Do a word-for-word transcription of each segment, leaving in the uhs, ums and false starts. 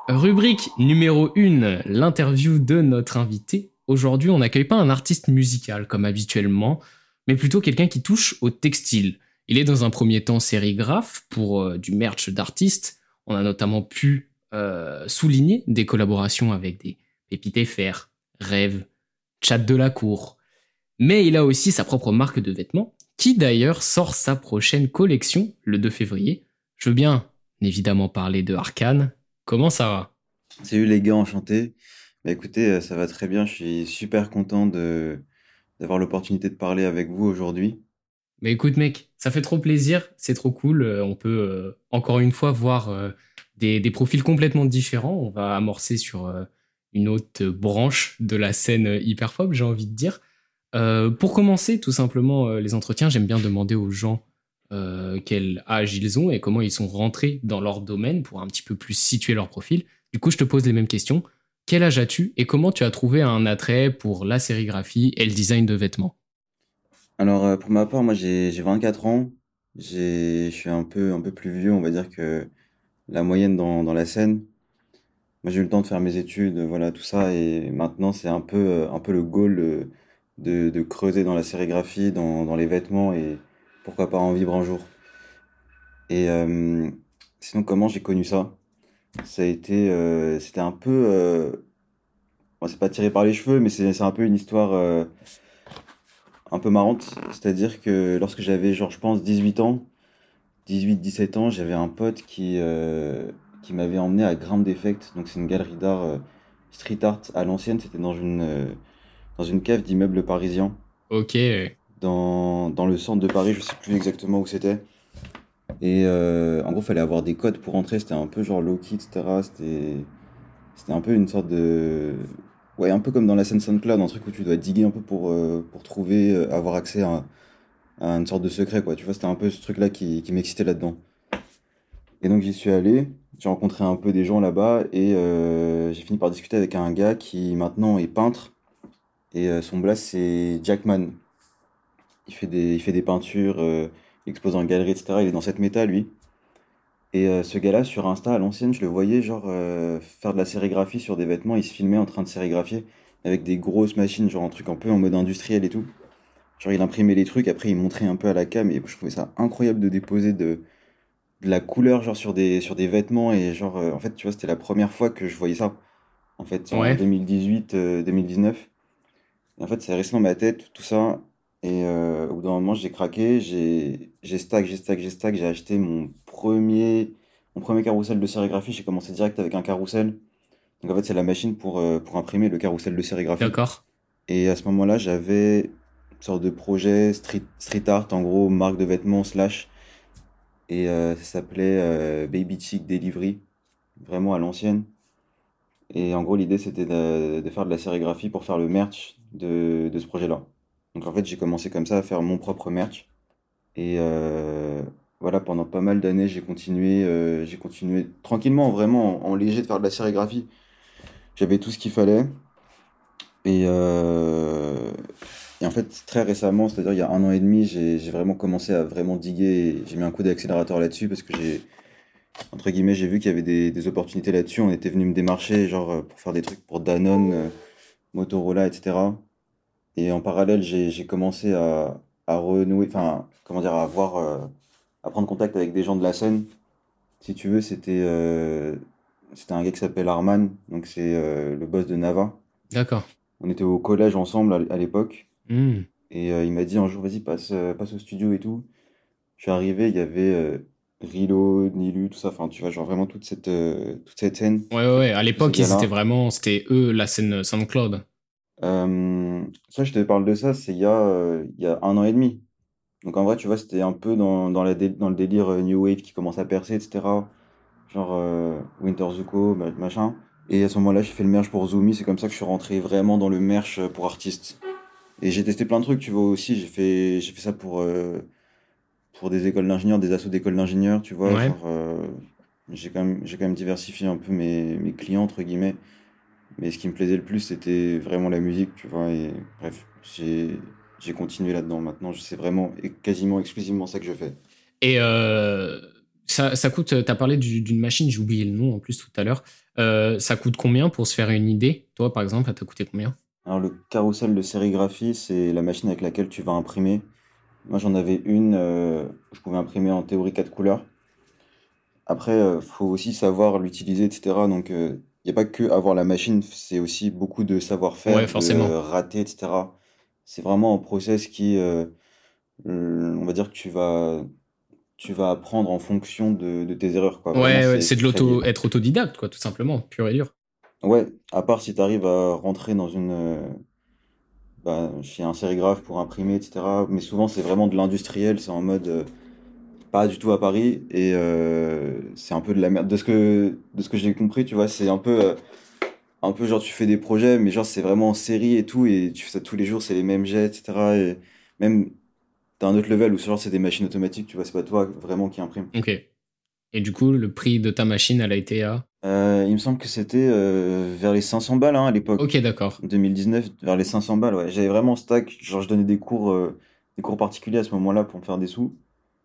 Rubrique numéro un, l'interview de notre invité. Aujourd'hui, on n'accueille pas un artiste musical comme habituellement, mais plutôt quelqu'un qui touche au textile. Il est dans un premier temps sérigraphe pour euh, du merch d'artistes. On a notamment pu euh, souligner des collaborations avec des Pépites F R, Rêve, Chat de la Cour. Mais il a aussi sa propre marque de vêtements, qui d'ailleurs sort sa prochaine collection le deux février. Je veux bien évidemment parler de Arcane. Comment ça va? Salut les gars, enchanté. Bah écoutez, euh, ça va très bien. Je suis super content de d'avoir l'opportunité de parler avec vous aujourd'hui. Mais écoute mec, ça fait trop plaisir, c'est trop cool. Euh, on peut euh, encore une fois voir euh, des, des profils complètement différents. On va amorcer sur euh, une autre branche de la scène euh, hyperpop, j'ai envie de dire. Euh, pour commencer, tout simplement, euh, les entretiens, j'aime bien demander aux gens euh, quel âge ils ont et comment ils sont rentrés dans leur domaine pour un petit peu plus situer leur profil. Du coup, je te pose les mêmes questions. Quel âge as-tu et comment tu as trouvé un attrait pour la sérigraphie et le design de vêtements? Alors euh, pour ma part, moi j'ai j'ai vingt-quatre ans. J'ai je suis un peu un peu plus vieux, on va dire que la moyenne dans dans la scène. Moi j'ai eu le temps de faire mes études, euh, voilà tout ça et maintenant c'est un peu euh, un peu le goal euh, de de creuser dans la sérigraphie, dans dans les vêtements et pourquoi pas en vivre un jour. Et euh, sinon comment j'ai connu ça? Ça a été euh, c'était un peu euh, bon, c'est pas tiré par les cheveux, mais c'est c'est un peu une histoire euh, un peu marrante. C'est-à-dire que lorsque j'avais, genre, je pense, dix-huit ans, dix-huit dix-sept ans, j'avais un pote qui, euh, qui m'avait emmené à Grimpe Defect. Donc, c'est une galerie d'art, euh, street art à l'ancienne. C'était dans une, euh, dans une cave d'immeubles parisiens, Ok, euh, dans, dans le centre de Paris. Je sais plus exactement où c'était. Et euh, en gros, fallait avoir des codes pour entrer. C'était un peu genre low-key, et cetera. C'était, c'était un peu une sorte de. Ouais, un peu comme dans la scène SoundCloud, un truc où tu dois diguer un peu pour, euh, pour trouver, euh, avoir accès à, à une sorte de secret, quoi. Tu vois, c'était un peu ce truc-là qui, qui m'excitait là-dedans. Et donc j'y suis allé, j'ai rencontré un peu des gens là-bas et euh, j'ai fini par discuter avec un gars qui maintenant est peintre et euh, son blast c'est Jackman. Il fait des, il fait des peintures, euh, il expose en galerie, et cetera. Il est dans cette méta, lui. Et euh, ce gars-là, sur Insta, à l'ancienne, je le voyais genre euh, faire de la sérigraphie sur des vêtements. Il se filmait en train de sérigraphier avec des grosses machines, genre un truc un peu en mode industriel et tout. Genre il imprimait les trucs, après il montrait un peu à la cam et je trouvais ça incroyable de déposer de, de la couleur genre sur des, sur des vêtements et genre euh, en fait tu vois c'était la première fois que je voyais ça en fait en ouais. deux mille dix-huit euh, deux mille dix-neuf et en fait c'est resté dans ma tête tout ça et euh, au bout d'un moment j'ai craqué j'ai j'ai stack j'ai stack j'ai stack j'ai acheté mon premier mon premier carrousel de sérigraphie. J'ai commencé direct avec un carrousel, donc en fait c'est la machine pour, euh, pour imprimer le carrousel de sérigraphie. D'accord. Et à ce moment-là, j'avais une sorte de projet street, street art, en gros, marque de vêtements slash. Et euh, ça s'appelait euh, Baby Chic Delivery, vraiment à l'ancienne. Et en gros, l'idée, c'était de, de faire de la sérigraphie pour faire le merch de, de ce projet-là. Donc en fait, j'ai commencé comme ça à faire mon propre merch. Et euh, voilà, pendant pas mal d'années, j'ai continué, euh, j'ai continué tranquillement, vraiment en, en léger de faire de la sérigraphie. J'avais tout ce qu'il fallait. Et, euh, et en fait, très récemment, c'est-à-dire il y a un an et demi, j'ai j'ai vraiment commencé à vraiment diguer. et J'ai mis un coup d'accélérateur là-dessus parce que j'ai, entre guillemets, j'ai vu qu'il y avait des, des opportunités là-dessus. On était venu me démarcher, genre, euh, pour faire des trucs pour Danone, euh, Motorola, et cetera. Et en parallèle, j'ai j'ai commencé à, à renouer, enfin, comment dire, à avoir, euh, à prendre contact avec des gens de la scène. Si tu veux, c'était euh, c'était un gars qui s'appelle Arman, donc c'est euh, le boss de Nava. D'accord. On était au collège ensemble à à l'époque. Hmm. Et euh, il m'a dit un jour, vas-y, passe, euh, passe au studio et tout. Je suis arrivé, il y avait euh, Rilo, Nilu, tout ça. Enfin, tu vois, genre vraiment toute cette, euh, toute cette scène, Ouais, ouais, ouais. À tous ces l'époque, ils étaient gars-là. vraiment, c'était eux, la scène SoundCloud. Euh, ça, je te parle de ça, c'est il y a, euh, il y a un an et demi. Donc en vrai, tu vois, c'était un peu dans, dans, la dé- dans le délire euh, New Wave qui commence à percer, et cetera. Genre euh, Winter Zuko, ma- machin. Et à ce moment-là, j'ai fait le merch pour Zoomy. C'est comme ça que je suis rentré vraiment dans le merch euh, pour artistes. Et j'ai testé plein de trucs, tu vois, aussi. J'ai fait, j'ai fait ça pour, euh, pour des écoles d'ingénieurs, des assos d'écoles d'ingénieurs, tu vois, Ouais. genre euh, j'ai quand même, j'ai quand même diversifié un peu mes, mes clients, entre guillemets, mais ce qui me plaisait le plus, c'était vraiment la musique, tu vois, et bref, j'ai, j'ai continué là-dedans. Maintenant, je sais vraiment et quasiment exclusivement ça que je fais. Et euh, Ça, ça coûte, t'as parlé du- d'une machine, j'ai oublié le nom en plus tout à l'heure. Euh, ça coûte combien pour se faire une idée? Toi, par exemple, ça t'a coûté combien? Alors le carrousel de sérigraphie, c'est la machine avec laquelle tu vas imprimer. Moi j'en avais une, euh, je pouvais imprimer en théorie quatre couleurs. Après, euh, faut aussi savoir l'utiliser, et cetera. Donc il n'y a pas que avoir la machine, c'est aussi beaucoup de Ouais, savoir-faire, de forcément. euh, rater, et cetera. C'est vraiment un process qui, euh, euh, on va dire que tu vas, tu vas apprendre en fonction de, de tes erreurs, quoi. Vraiment, Ouais, ouais, c'est c'est c'est de très l'auto, lié. être autodidacte, quoi, tout simplement, pur et dur. Ouais, à part si tu arrives à rentrer dans une, euh, bah, chez un sérigraphe pour imprimer, et cetera. Mais souvent, c'est vraiment de l'industriel, c'est en mode euh, pas du tout à Paris et euh, c'est un peu de la merde. De ce que, de ce que j'ai compris, tu vois, c'est un peu, euh, un peu genre tu fais des projets, mais genre c'est vraiment en série et tout, et tu fais ça tous les jours, c'est les mêmes jets, et cetera. Et même, t'as un autre level où genre c'est des machines automatiques, tu vois, c'est pas toi vraiment qui imprime. Ok. Et du coup, le prix de ta machine, elle a été à... Euh, il me semble que c'était euh, vers les cinq cents balles hein, à Ok, l'époque. d'accord. deux mille dix-neuf, vers les cinq cents balles, ouais. J'avais vraiment stack, genre je donnais des cours, euh, des cours particuliers à ce moment-là pour me faire des sous.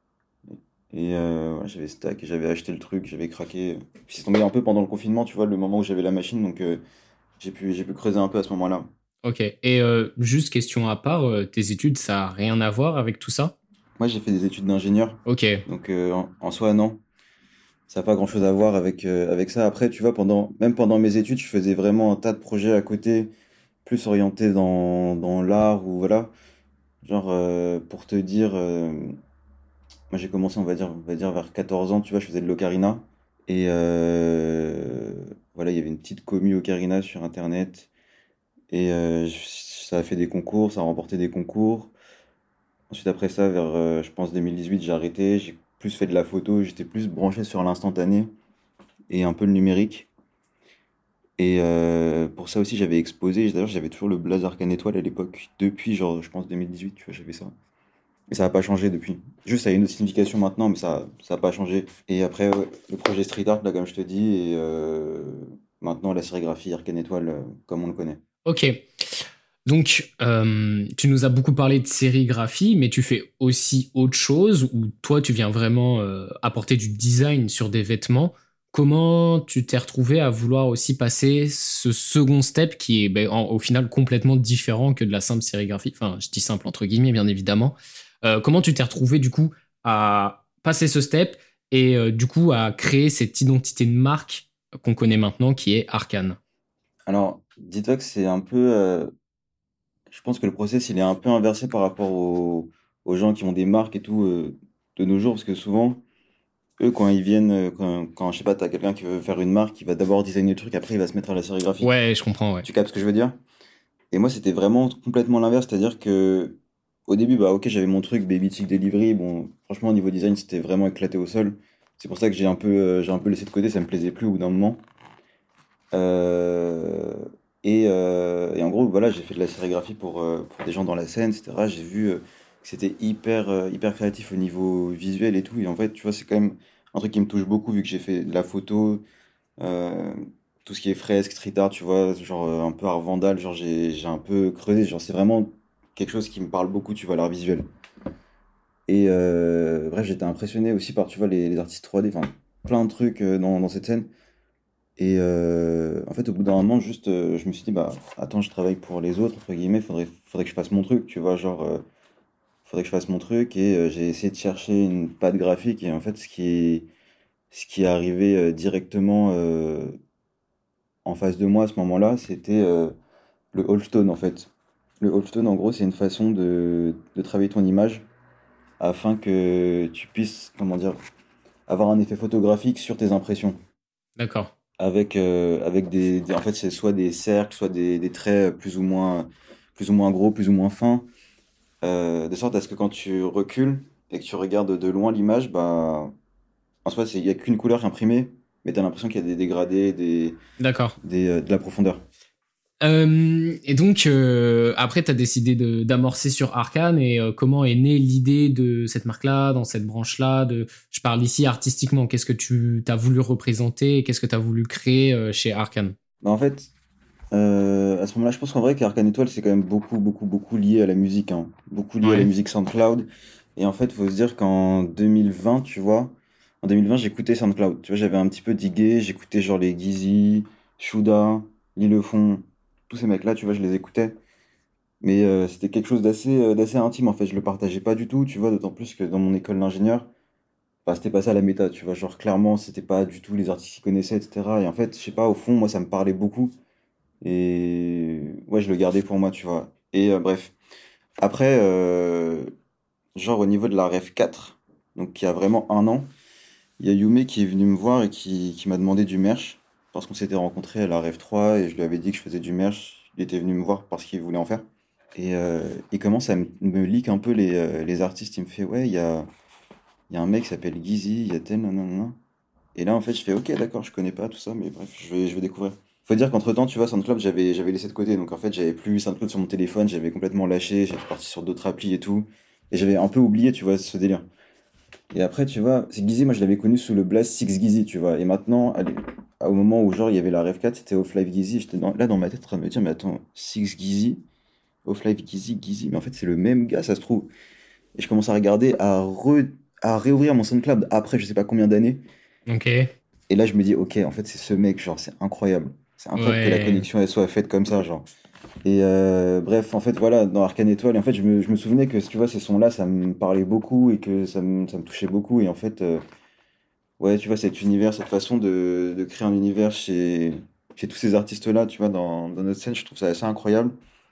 Et euh, ouais, j'avais stack, et j'avais acheté le truc, j'avais craqué. Puis c'est tombé un peu pendant le confinement, tu vois, le moment où j'avais la machine, donc euh, j'ai pu, j'ai pu creuser un peu à ce moment-là. Ok. Et euh, juste question à part, euh, tes études, ça a rien à voir avec tout ça? Moi j'ai fait des études d'ingénieur, Ok. donc euh, en, en soi non, ça n'a pas grand-chose à voir avec, euh, avec ça. Après, tu vois, pendant, même pendant mes études, je faisais vraiment un tas de projets à côté, plus orientés dans, dans l'art ou voilà. Genre, euh, pour te dire, euh, moi j'ai commencé, on va dire, on va dire vers quatorze ans, tu vois, je faisais de l'ocarina. Et euh, voilà, il y avait une petite commu ocarina sur Internet. Et euh, je- ça a fait des concours, ça a remporté des concours. Ensuite, après ça, vers, euh, je pense, deux mille dix-huit, j'ai arrêté. J'ai plus fait de la photo, j'étais plus branché sur l'instantané et un peu le numérique. Et euh, pour ça aussi, j'avais exposé. D'ailleurs, j'avais toujours le Blaze Arcane Étoile à l'époque. Depuis, genre, je pense, deux mille dix-huit, tu vois, j'avais ça. Et ça n'a pas changé depuis. Juste, ça a une autre signification maintenant, mais ça ça n'a pas changé. Et après, ouais, le projet Street Art, là, comme je te dis, et euh, maintenant la sérigraphie Arcane Étoile, euh, comme on le connaît. Ok. Donc, euh, tu nous as beaucoup parlé de sérigraphie, mais tu fais aussi autre chose où toi, tu viens vraiment euh, apporter du design sur des vêtements. Comment tu t'es retrouvé à vouloir aussi passer ce second step qui est ben, en- au final complètement différent que de la simple sérigraphie? Enfin, je dis simple entre guillemets, bien évidemment. Euh, comment tu t'es retrouvé du coup à passer ce step et euh, du coup à créer cette identité de marque qu'on connaît maintenant qui est Arcane? Alors, dis-toi que c'est un peu. euh, je pense que le process, il est un peu inversé par rapport aux, aux gens qui ont des marques et tout euh, de nos jours, parce que souvent, eux, quand ils viennent, euh, quand, quand je sais pas, t'as quelqu'un qui veut faire une marque, il va d'abord designer le truc, après il va se mettre à la sérigraphie. Ouais, je comprends, ouais. Tu captes ce que je veux dire? Et moi, c'était vraiment complètement l'inverse, c'est-à-dire que au début, bah ok, j'avais mon truc Baby Chick Delivery. Bon, franchement, au niveau design, c'était vraiment éclaté au sol. C'est pour ça que j'ai un peu, euh, j'ai un peu laissé de côté, ça me plaisait plus au bout d'un moment. Euh, et, euh, et en gros, voilà, j'ai fait de la sérigraphie pour, euh, pour des gens dans la scène, et cetera. J'ai vu euh, que c'était hyper, euh, hyper créatif au niveau visuel et tout. Et en fait, tu vois, c'est quand même un truc qui me touche beaucoup vu que j'ai fait de la photo, euh, tout ce qui est fresque, street art, tu vois, genre euh, un peu art vandal, genre j'ai j'ai un peu creusé, genre c'est vraiment quelque chose qui me parle beaucoup, tu vois, l'art visuel. Et euh, bref, j'étais impressionné aussi par, tu vois, les, les artistes trois D, enfin, plein de trucs euh, dans, dans cette scène. Et euh, en fait, au bout d'un moment, juste, euh, je me suis dit, bah, attends, je travaille pour les autres, entre guillemets, faudrait, faudrait que je fasse mon truc, tu vois, genre, euh, faudrait que je fasse mon truc. Et euh, j'ai essayé de chercher une patte graphique, et en fait, ce qui est, ce qui est arrivé euh, directement euh, en face de moi à ce moment-là, c'était euh, le Holstone, en fait. Le Holstone, en gros, c'est une façon de, de travailler ton image afin que tu puisses, comment dire, avoir un effet photographique sur tes impressions. D'accord. avec, euh, avec des, des- en fait, c'est soit des cercles, soit des, des traits plus ou moins, plus ou moins gros, plus ou moins fins, euh, de sorte à ce que quand tu recules et que tu regardes de loin l'image, bah, en soi, c'est- il n'y a qu'une couleur imprimée, mais tu as l'impression qu'il y a des dégradés, des, D'accord. des, euh, de la profondeur. Euh, et donc, euh, après, tu as décidé de- d'amorcer sur Arcane et euh, comment est née l'idée de cette marque-là, dans cette branche-là de, je parle ici artistiquement, qu'est-ce que tu as voulu représenter, qu'est-ce que tu as voulu créer euh, chez Arcane? Bah, en fait, euh, à ce moment-là, je pense qu'en vrai qu'Arcane Étoile, c'est quand même beaucoup, beaucoup, beaucoup lié à la musique, hein. Beaucoup lié à la Ouais, musique SoundCloud. Et en fait, faut se dire qu'en deux mille vingt, tu vois, en deux mille vingt, j'écoutais SoundCloud. Tu vois, j'avais un petit peu digué, j'écoutais genre les Gizzy, Shuda, Lilefond, tous ces mecs-là, tu vois, je les écoutais. Mais euh, c'était quelque chose d'assez euh, d'assez intime en fait, je le partageais pas du tout, tu vois, d'autant plus que dans mon école d'ingénieur, bah, c'était pas ça la méta, tu vois, genre clairement, c'était pas du tout les artistes qui connaissaient, et cetera. Et en fait, je sais pas, au fond, moi, ça me parlait beaucoup. Et ouais, je le gardais pour moi, tu vois. Et euh, bref. Après, euh, genre au niveau de la Ref quatre, donc il y a vraiment un an, il y a Yume qui est venu me voir et qui, qui m'a demandé du merch, parce qu'on s'était rencontrés à la Ref trois et je lui avais dit que je faisais du merch. Il était venu me voir parce qu'il voulait en faire. Et euh, il commence à me, me leak un peu les, euh, les artistes. Il me fait, ouais, il y a, il y a un mec qui s'appelle Gizzy, il y a tel, nanana. Et là, en fait, je fais, ok, d'accord, je connais pas tout ça, mais bref, je vais, je vais découvrir. Faut dire qu'entre-temps, tu vois, SoundCloud, j'avais, j'avais laissé de côté. Donc, en fait, j'avais plus SoundCloud sur mon téléphone, j'avais complètement lâché, j'étais parti sur d'autres applis et tout. Et j'avais un peu oublié, tu vois, ce délire. Et après, tu vois, c'est Gizzy, moi, je l'avais connu sous le Blast Six Gizzy, tu vois. Et maintenant, allez, au moment où, genre, il y avait la Rev quatre, c'était Off Live Gizzy. J'étais dans- là, dans ma tête, en train de me dire, mais attends, Six Gizzy, Off Live Gizzy, Gizzy. Mais en fait, c'est le même gars, ça se trouve. Et je commence à regarder, à, re- à réouvrir mon SoundCloud après je sais pas combien d'années. Ok. Et là, je me dis, ok, en fait, c'est ce mec, genre, c'est incroyable. C'est incroyable que la Ouais. connexion, elle soit faite comme ça, genre. Et euh, bref, en fait, voilà, dans Arcane Étoile, et en fait, je me, je me souvenais que, tu vois, ces sons-là, ça me parlait beaucoup et que ça me, ça me touchait beaucoup. Et en fait, euh, ouais, tu vois, cet univers, cette façon de, de créer un univers chez, chez tous ces artistes-là, tu vois, dans, dans notre scène, je trouve ça assez incroyable.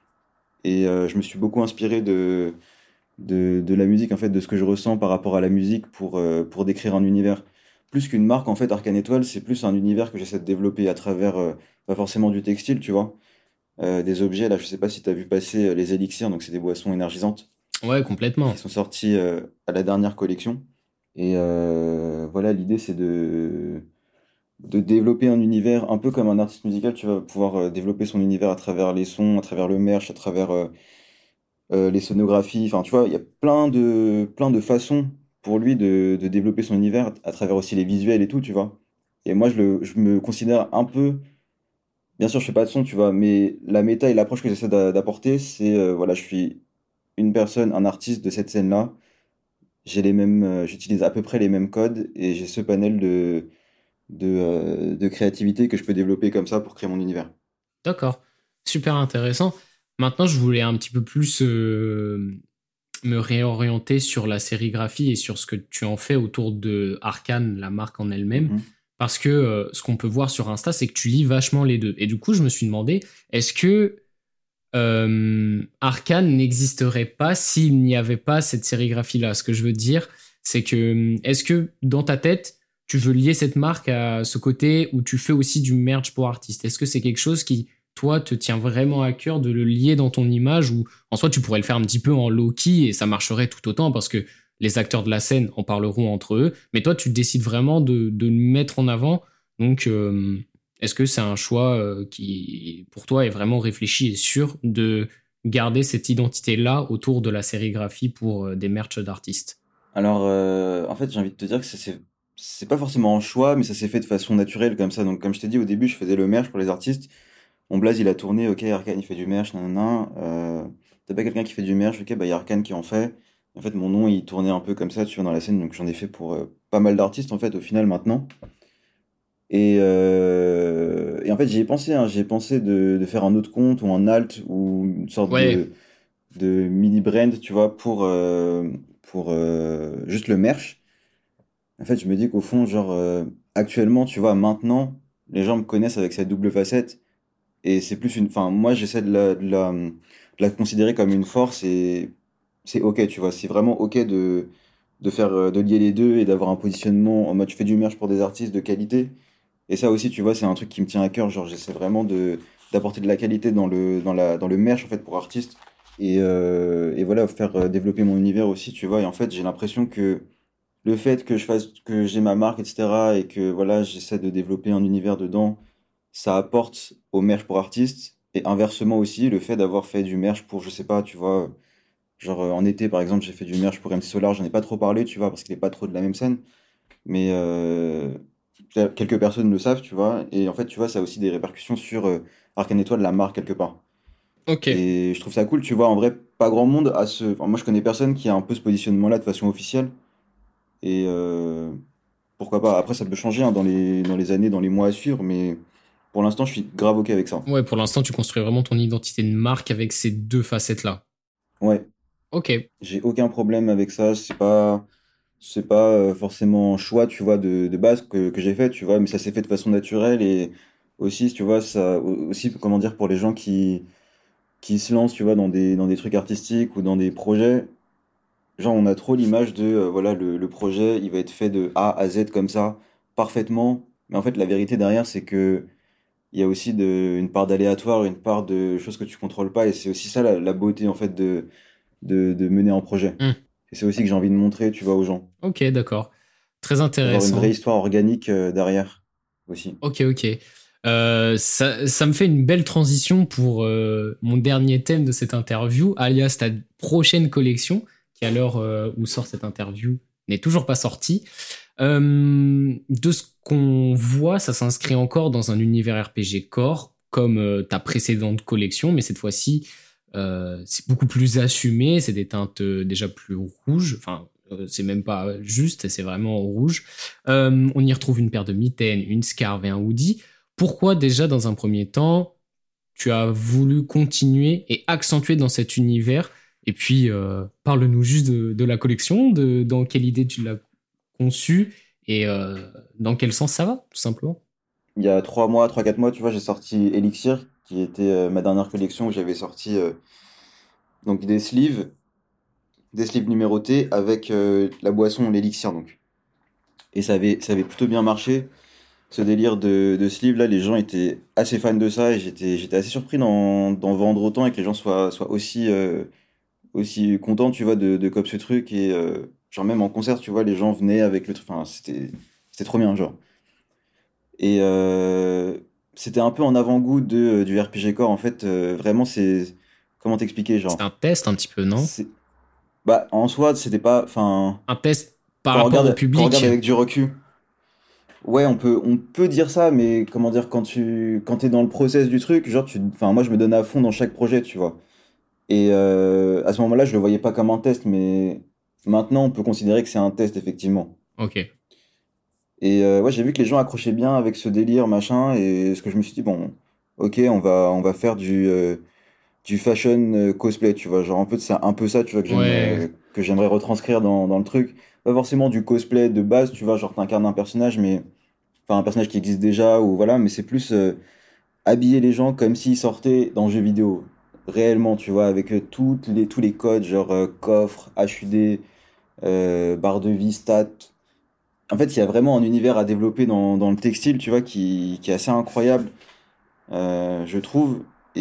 Et euh, je me suis beaucoup inspiré de, de, de la musique, en fait, de ce que je ressens par rapport à la musique pour, euh, pour décrire un univers. Plus qu'une marque, en fait, Arcane Étoile, c'est plus un univers que j'essaie de développer à travers, euh, pas forcément du textile, tu vois, euh, des objets. Là, je sais pas si tu as vu passer euh, les élixirs, donc c'est des boissons énergisantes Ouais, qui complètement. sont sorties euh, à la dernière collection. Et euh, voilà, l'idée, c'est de, de développer un univers un peu comme un artiste musical, tu vas pouvoir euh, développer son univers à travers les sons, à travers le merch, à travers euh, euh, les sonographies, enfin tu vois, il y a plein de, plein de façons pour lui de, de développer son univers à travers aussi les visuels et tout, tu vois. Et moi, je, le, je me considère un peu, bien sûr, je fais pas de son, tu vois, mais la méta et l'approche que j'essaie d'a- d'apporter, c'est, euh, voilà, je suis une personne, un artiste de cette scène-là, j'ai les mêmes, euh, j'utilise à peu près les mêmes codes et j'ai ce panel de, de, euh, de créativité que je peux développer comme ça pour créer mon univers. D'accord. Super intéressant. Maintenant, je voulais un petit peu plus euh, me réorienter sur la sérigraphie et sur ce que tu en fais autour de Arcane, la marque en elle-même. Mhm. Parce que euh, ce qu'on peut voir sur Insta, c'est que tu lis vachement les deux. Et du coup, je me suis demandé, est-ce que euh, Arcane n'existerait pas s'il n'y avait pas cette sérigraphie-là? Ce que je veux dire, c'est que est-ce que dans ta tête, tu veux lier cette marque à ce côté où tu fais aussi du merch pour artistes? Est-ce que c'est quelque chose qui, toi, te tient vraiment à cœur de le lier dans ton image ou en soi, tu pourrais le faire un petit peu en low-key et ça marcherait tout autant parce que les acteurs de la scène en parleront entre eux, mais toi, tu décides vraiment de, de le mettre en avant. Donc, euh, est-ce que c'est un choix euh, qui, pour toi, est vraiment réfléchi et sûr de garder cette identité-là autour de la sérigraphie pour euh, des merch d'artistes? Alors, euh, en fait, j'ai envie de te dire que ça c'est c'est pas forcément un choix, mais ça s'est fait de façon naturelle comme ça. Donc, comme je t'ai dit au début, je faisais le merch pour les artistes. Mon blaze, il a tourné, ok, Arkane, il fait du merch, nanana. Euh, t'as pas quelqu'un qui fait du merch, ok, bah, il y a Arkane qui en fait. En fait, mon nom, il tournait un peu comme ça, tu vois, dans la scène. Donc, j'en ai fait pour euh, pas mal d'artistes, en fait, au final, maintenant. Et, euh, et en fait, j'y ai pensé, hein, j'y ai pensé de, de faire un autre compte ou un alt ou une sorte Ouais, de, de mini brand, tu vois, pour, euh, pour euh, juste le merch. En fait, je me dis qu'au fond, genre, euh, actuellement, tu vois, maintenant, les gens me connaissent avec cette double facette. Et c'est plus une. Enfin, moi, j'essaie de la, de la, de la considérer comme une force et c'est ok, tu vois. C'est vraiment ok de, de faire, euh, de lier les deux et d'avoir un positionnement en mode je fais du merch pour des artistes de qualité. Et ça aussi, tu vois, c'est un truc qui me tient à cœur. Genre, j'essaie vraiment de, d'apporter de la qualité dans le, dans la, dans le merch, en fait, pour artistes. Et, euh, et voilà, faire euh, développer mon univers aussi, tu vois. Et en fait, j'ai l'impression que le fait que je fasse, que j'ai ma marque, et cetera, et que voilà, j'essaie de développer un univers dedans, ça apporte au merch pour artistes. Et inversement aussi, le fait d'avoir fait du merch pour, je sais pas, tu vois, genre euh, en été par exemple, j'ai fait du merch pour M C Solar, j'en ai pas trop parlé, tu vois, parce qu'il est pas trop de la même scène, mais euh, quelques personnes le savent, tu vois, et en fait, tu vois, ça a aussi des répercussions sur euh, Arcane Étoile, la marque quelque part. ok. Et je trouve ça cool, tu vois, en vrai, pas grand monde a ce. Enfin, moi, je connais personne qui a un peu ce positionnement-là de façon officielle. Et, euh, pourquoi pas. Après, ça peut changer hein, dans les, dans les années, dans les mois à suivre, mais pour l'instant, je suis grave OK avec ça. Ouais, pour l'instant, tu construis vraiment ton identité de marque avec ces deux facettes-là. Ouais, Ok, j'ai aucun problème avec ça. C'est pas, c'est pas euh, forcément un choix, tu vois, de, de base que, que j'ai fait, tu vois, mais ça s'est fait de façon naturelle et aussi, tu vois, ça, au- aussi, comment dire, pour les gens qui, qui se lancent, tu vois, dans des, dans des trucs artistiques ou dans des projets, genre, on a trop l'image de, euh, voilà, le, le projet, il va être fait de A à Z comme ça, parfaitement. Mais en fait, la vérité derrière, c'est que il y a aussi de, une part d'aléatoire, une part de choses que tu contrôles pas, et c'est aussi ça la, la beauté, en fait, de, de, de mener un projet. Hmm. Et c'est aussi que j'ai envie de montrer, tu vois, aux gens. Ok, d'accord. Très D'avoir une vraie intéressant. histoire organique euh, derrière aussi. Ok, ok. Euh, ça, ça me fait une belle transition pour euh, mon dernier thème de cette interview, alias ta prochaine collection, qui à l'heure euh, où sort cette interview n'est toujours pas sortie. Euh, de ce qu'on voit, ça s'inscrit encore dans un univers R P G Core, comme euh, ta précédente collection, mais cette fois-ci, euh, c'est beaucoup plus assumé, c'est des teintes euh, déjà plus rouges, enfin, euh, c'est même pas juste, c'est vraiment rouge. Euh, on y retrouve une paire de mitaines, une scarve et un hoodie. Pourquoi déjà, dans un premier temps, tu as voulu continuer et accentuer dans cet univers? Et puis, euh, parle-nous juste de, de la collection, de dans quelle idée tu l'as conçue et euh, dans quel sens ça va, tout simplement. Il y a trois mois, trois, quatre mois, tu vois, j'ai sorti Elixir, qui était euh, ma dernière collection où j'avais sorti euh, donc des sleeves, des sleeves numérotés avec euh, la boisson, l'Elixir, donc. Et ça avait, ça avait plutôt bien marché. Ce délire de, de sleeve là, les gens étaient assez fans de ça et j'étais, j'étais assez surpris d'en, d'en vendre autant et que les gens soient, soient aussi, euh, aussi contents, tu vois, de, de copier ce truc. Et euh, genre, même en concert, tu vois, les gens venaient avec le truc. Enfin, c'était, c'était trop bien, genre. Et euh, c'était un peu en avant-goût de, du R P G Core, en fait. Euh, vraiment, c'est. Comment t'expliquer, C'est genre. un test un petit peu, non? C'est, bah, en soi, c'était pas. Enfin, Un test par quand on rapport au regarde, quand on public. regarde avec du recul. Ouais, on peut, on peut dire ça, mais comment dire, quand tu quand t'es dans le process du truc, genre, tu, enfin, moi, je me donne à fond dans chaque projet, tu vois. Et euh, à ce moment-là, je le voyais pas comme un test, mais maintenant, on peut considérer que c'est un test, effectivement. Ok. Et euh, ouais, j'ai vu que les gens accrochaient bien avec ce délire, machin, et ce que je me suis dit, bon, ok, on va, on va faire du, euh, du fashion euh, cosplay, tu vois. Genre, en fait, c'est un peu ça, tu vois, que j'aime, Ouais. euh, que j'aimerais retranscrire dans, dans le truc. Pas forcément du cosplay de base, tu vois, genre, t'incarnes un personnage, mais enfin un personnage qui existe déjà ou voilà, mais c'est plus euh, habiller les gens comme s'ils sortaient dans le jeu vidéo réellement, tu vois, avec euh, toutes les, tous les codes, genre euh, coffre, H U D, euh, barre de vie, stats. En fait, il y a vraiment un univers à développer dans, dans le textile, tu vois, qui, qui est assez incroyable, euh, je trouve.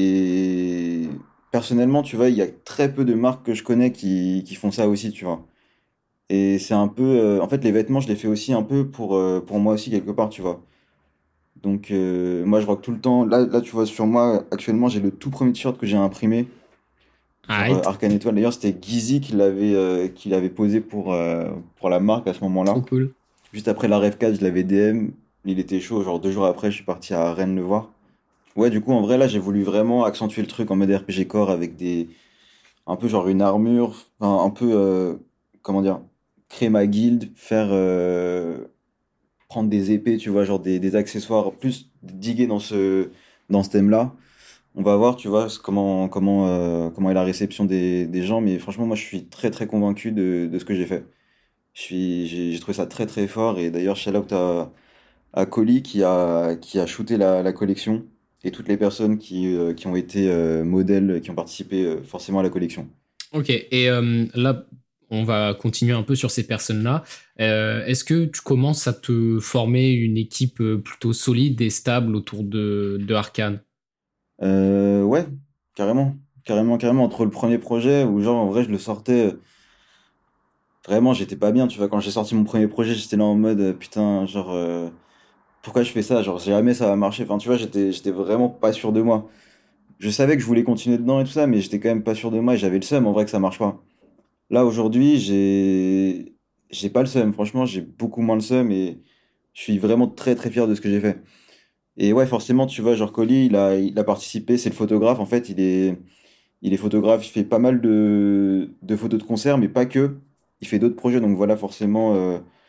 Et personnellement, tu vois, il y a très peu de marques que je connais qui, qui font ça aussi, tu vois. Et c'est un peu, euh, en fait, les vêtements, je les fais aussi un peu pour, euh, pour moi aussi, quelque part, tu vois. Donc euh, moi je rock tout le temps. Là, là tu vois sur moi actuellement j'ai le tout premier t-shirt que j'ai imprimé, genre euh, Arrête. Arcane Étoile. D'ailleurs c'était Gizzy qui l'avait euh, qui l'avait posé pour, euh, pour la marque à ce Trop moment-là. cool. Juste après la Rêve quatre je l'avais D M, il était chaud, genre deux jours après je suis parti à Rennes le voir. Ouais du coup en vrai là j'ai voulu vraiment accentuer le truc en mode R P G Core avec des un peu genre une armure, enfin, un peu euh, comment dire, créer ma guilde, faire euh, prendre des épées, tu vois, genre des, des accessoires, plus diguer dans ce, dans ce thème-là. On va voir, tu vois, ce- comment, comment, euh, comment est la réception des, des gens, mais franchement, moi, je suis très, très convaincu de, de ce que j'ai fait. Je suis, j'ai, j'ai trouvé ça très, très fort, et d'ailleurs, shout out à, à Colly qui a, qui a shooté la, la collection, et toutes les personnes qui, euh, qui ont été euh, modèles, qui ont participé euh, forcément à la collection. Ok. Et euh, là, on va continuer un peu sur ces personnes-là. Euh, est-ce que tu commences à te former une équipe euh, plutôt solide et stable autour de, de Arcane? Euh, ouais, carrément. Carrément, carrément, entre le premier projet, où genre, en vrai, je le sortais. euh, Vraiment, j'étais pas bien, tu vois, quand j'ai sorti mon premier projet, j'étais là en mode, euh, putain, genre, euh, pourquoi je fais ça? Genre, jamais ça va marcher. Enfin, tu vois, j'étais, j'étais vraiment pas sûr de moi. Je savais que je voulais continuer dedans et tout ça, mais j'étais quand même pas sûr de moi et j'avais le seum en vrai que ça marche pas. Là, aujourd'hui, j'ai, j'ai pas le seum. Franchement, j'ai beaucoup moins le seum et je suis vraiment très très fier de ce que j'ai fait. Et ouais, forcément, tu vois, genre, Colly, il a, il a participé, c'est le photographe. En fait, il est, il est photographe, il fait pas mal de, de photos de concert, mais pas que. Il fait d'autres projets, donc voilà, forcément. euh,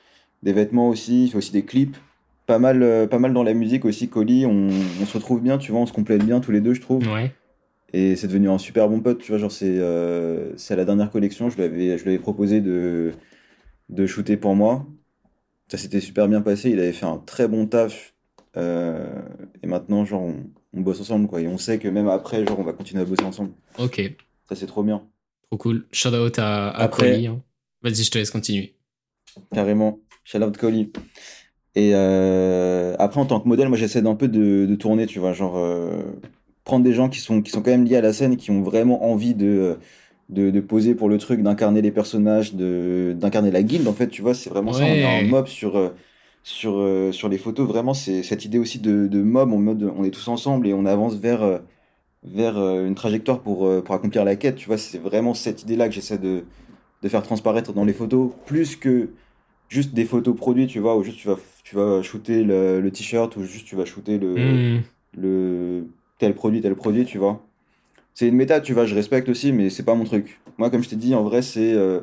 des vêtements aussi, il fait aussi des clips. Pas mal, euh, pas mal dans la musique aussi, Colli. On, on se retrouve bien, tu vois, on se complète bien tous les deux, je trouve. Ouais. Et c'est devenu un super bon pote, tu vois. Genre, c'est euh, c'est à la dernière collection, je lui avais, je lui avais proposé de, de shooter pour moi. Ça s'était super bien passé, il avait fait un très bon taf. euh, et maintenant, genre, on, on bosse ensemble, quoi. Et on sait que même après, genre, on va continuer à bosser ensemble. Ok, Ça, c'est trop bien. trop cool. Shout out à, à Après, Colli. Hein. Vas-y, je te laisse continuer. carrément, shout out Colli. Et euh, après, en tant que modèle, moi, j'essaie d'un peu de, de tourner, tu vois, genre, euh, prendre des gens qui sont, qui sont quand même liés à la scène et qui ont vraiment envie de, de, de poser pour le truc, d'incarner les personnages, de, d'incarner la guilde, en fait, tu vois, c'est vraiment ça. On a un Ouais. mob sur, euh, sur, euh, sur les photos, vraiment, c'est cette idée aussi de, de mob, en mode, on est tous ensemble et on avance vers, euh, vers euh, une trajectoire pour, euh, pour accomplir la quête, tu vois, c'est vraiment cette idée-là que j'essaie de, de faire transparaître dans les photos, plus que juste des photos produits, tu vois, ou juste tu vas, tu vas shooter le, le t-shirt, ou juste tu vas shooter le, Hmm. le tel produit, tel produit, tu vois. C'est une méta, tu vois, je respecte aussi, mais c'est pas mon truc. Moi, comme je t'ai dit, en vrai, c'est euh,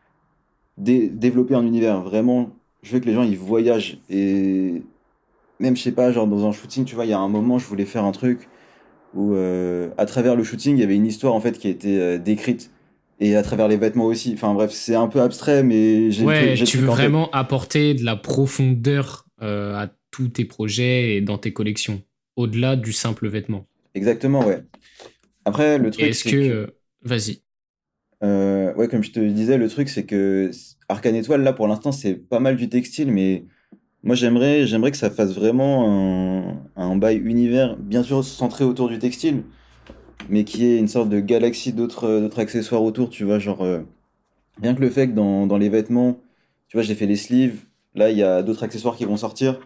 dé- développer un univers. Vraiment, je veux que les gens, ils voyagent. Et même, je sais pas, genre dans un shooting, tu vois, il y a un moment, je voulais faire un truc où, euh, à travers le shooting, il y avait une histoire, en fait, qui a été euh, décrite. Et à travers les vêtements aussi. Enfin bref, c'est un peu abstrait, mais j'ai le truc, Ouais, j'ai le tu veux truc en tête. vraiment apporter de la profondeur euh, à tous tes projets et dans tes collections, au-delà du simple vêtement. Exactement, ouais. Après, le Et truc, est-ce que... c'est que, euh, Vas-y. euh, ouais, comme je te disais, le truc, c'est que Arcane Étoile, là, pour l'instant, c'est pas mal du textile, mais moi, j'aimerais, j'aimerais que ça fasse vraiment un, un bail univers, bien sûr centré autour du textile, mais qui ait une sorte de galaxie d'autres, d'autres accessoires autour, tu vois, genre, euh, rien que le fait que dans, dans les vêtements, tu vois, j'ai fait les sleeves, là, il y a d'autres accessoires qui vont sortir.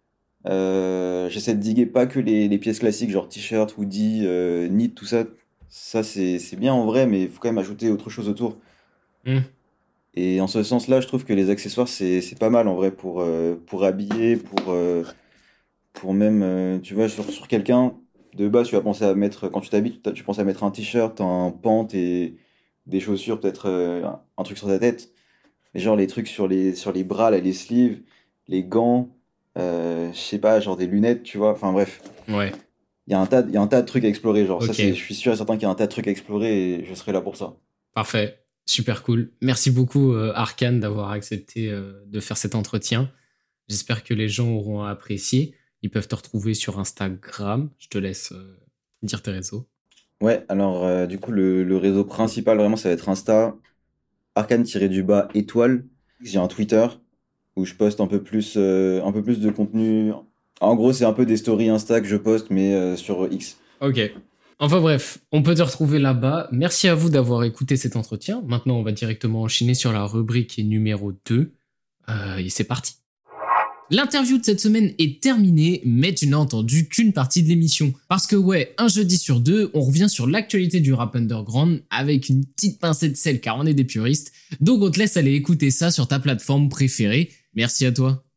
Euh, j'essaie de diguer pas que les, les pièces classiques, genre t-shirt, hoodie, euh, knit, tout ça. Ça, c'est c'est bien en vrai, mais il faut quand même ajouter autre chose autour. Hmm. Et en ce sens-là, je trouve que les accessoires, c'est c'est pas mal en vrai pour, euh, pour habiller, pour, euh, pour même, euh, tu vois, sur, sur quelqu'un, de base, tu vas penser à mettre, quand tu t'habilles, tu, tu penses à mettre un t-shirt, un pant et des chaussures, peut-être euh, un, un truc sur ta tête. Mais genre les trucs sur les, sur les bras, là, les sleeves, les gants, euh, je sais pas, genre des lunettes, tu vois. Enfin bref. Ouais, Il y a un tas, de- il y a un tas de trucs à explorer, genre ça c'est, je ok. suis sûr et certain qu'il y a un tas de trucs à explorer et je serai là pour ça. Parfait. Super cool. Merci beaucoup, euh, Arkane, d'avoir accepté euh, de faire cet entretien. J'espère que les gens auront apprécié. Ils peuvent te retrouver sur Instagram. Je te laisse euh, dire tes réseaux. Ouais, alors euh, du coup le, le réseau principal vraiment ça va être Insta, arcane-du-bas étoile. J'ai un Twitter où je poste un peu plus, euh, un peu plus de contenu. En gros c'est un peu des stories Insta que je poste mais euh, sur X. Ok. Enfin bref, on peut te retrouver là-bas. Merci à vous d'avoir écouté cet entretien. Maintenant, on va directement enchaîner sur la rubrique numéro deux. Euh, et c'est parti. L'interview de cette semaine est terminée, mais tu n'as entendu qu'une partie de l'émission. Parce que ouais, un jeudi sur deux, on revient sur l'actualité du rap underground avec une petite pincée de sel car on est des puristes. Donc on te laisse aller écouter ça sur ta plateforme préférée. Merci à toi.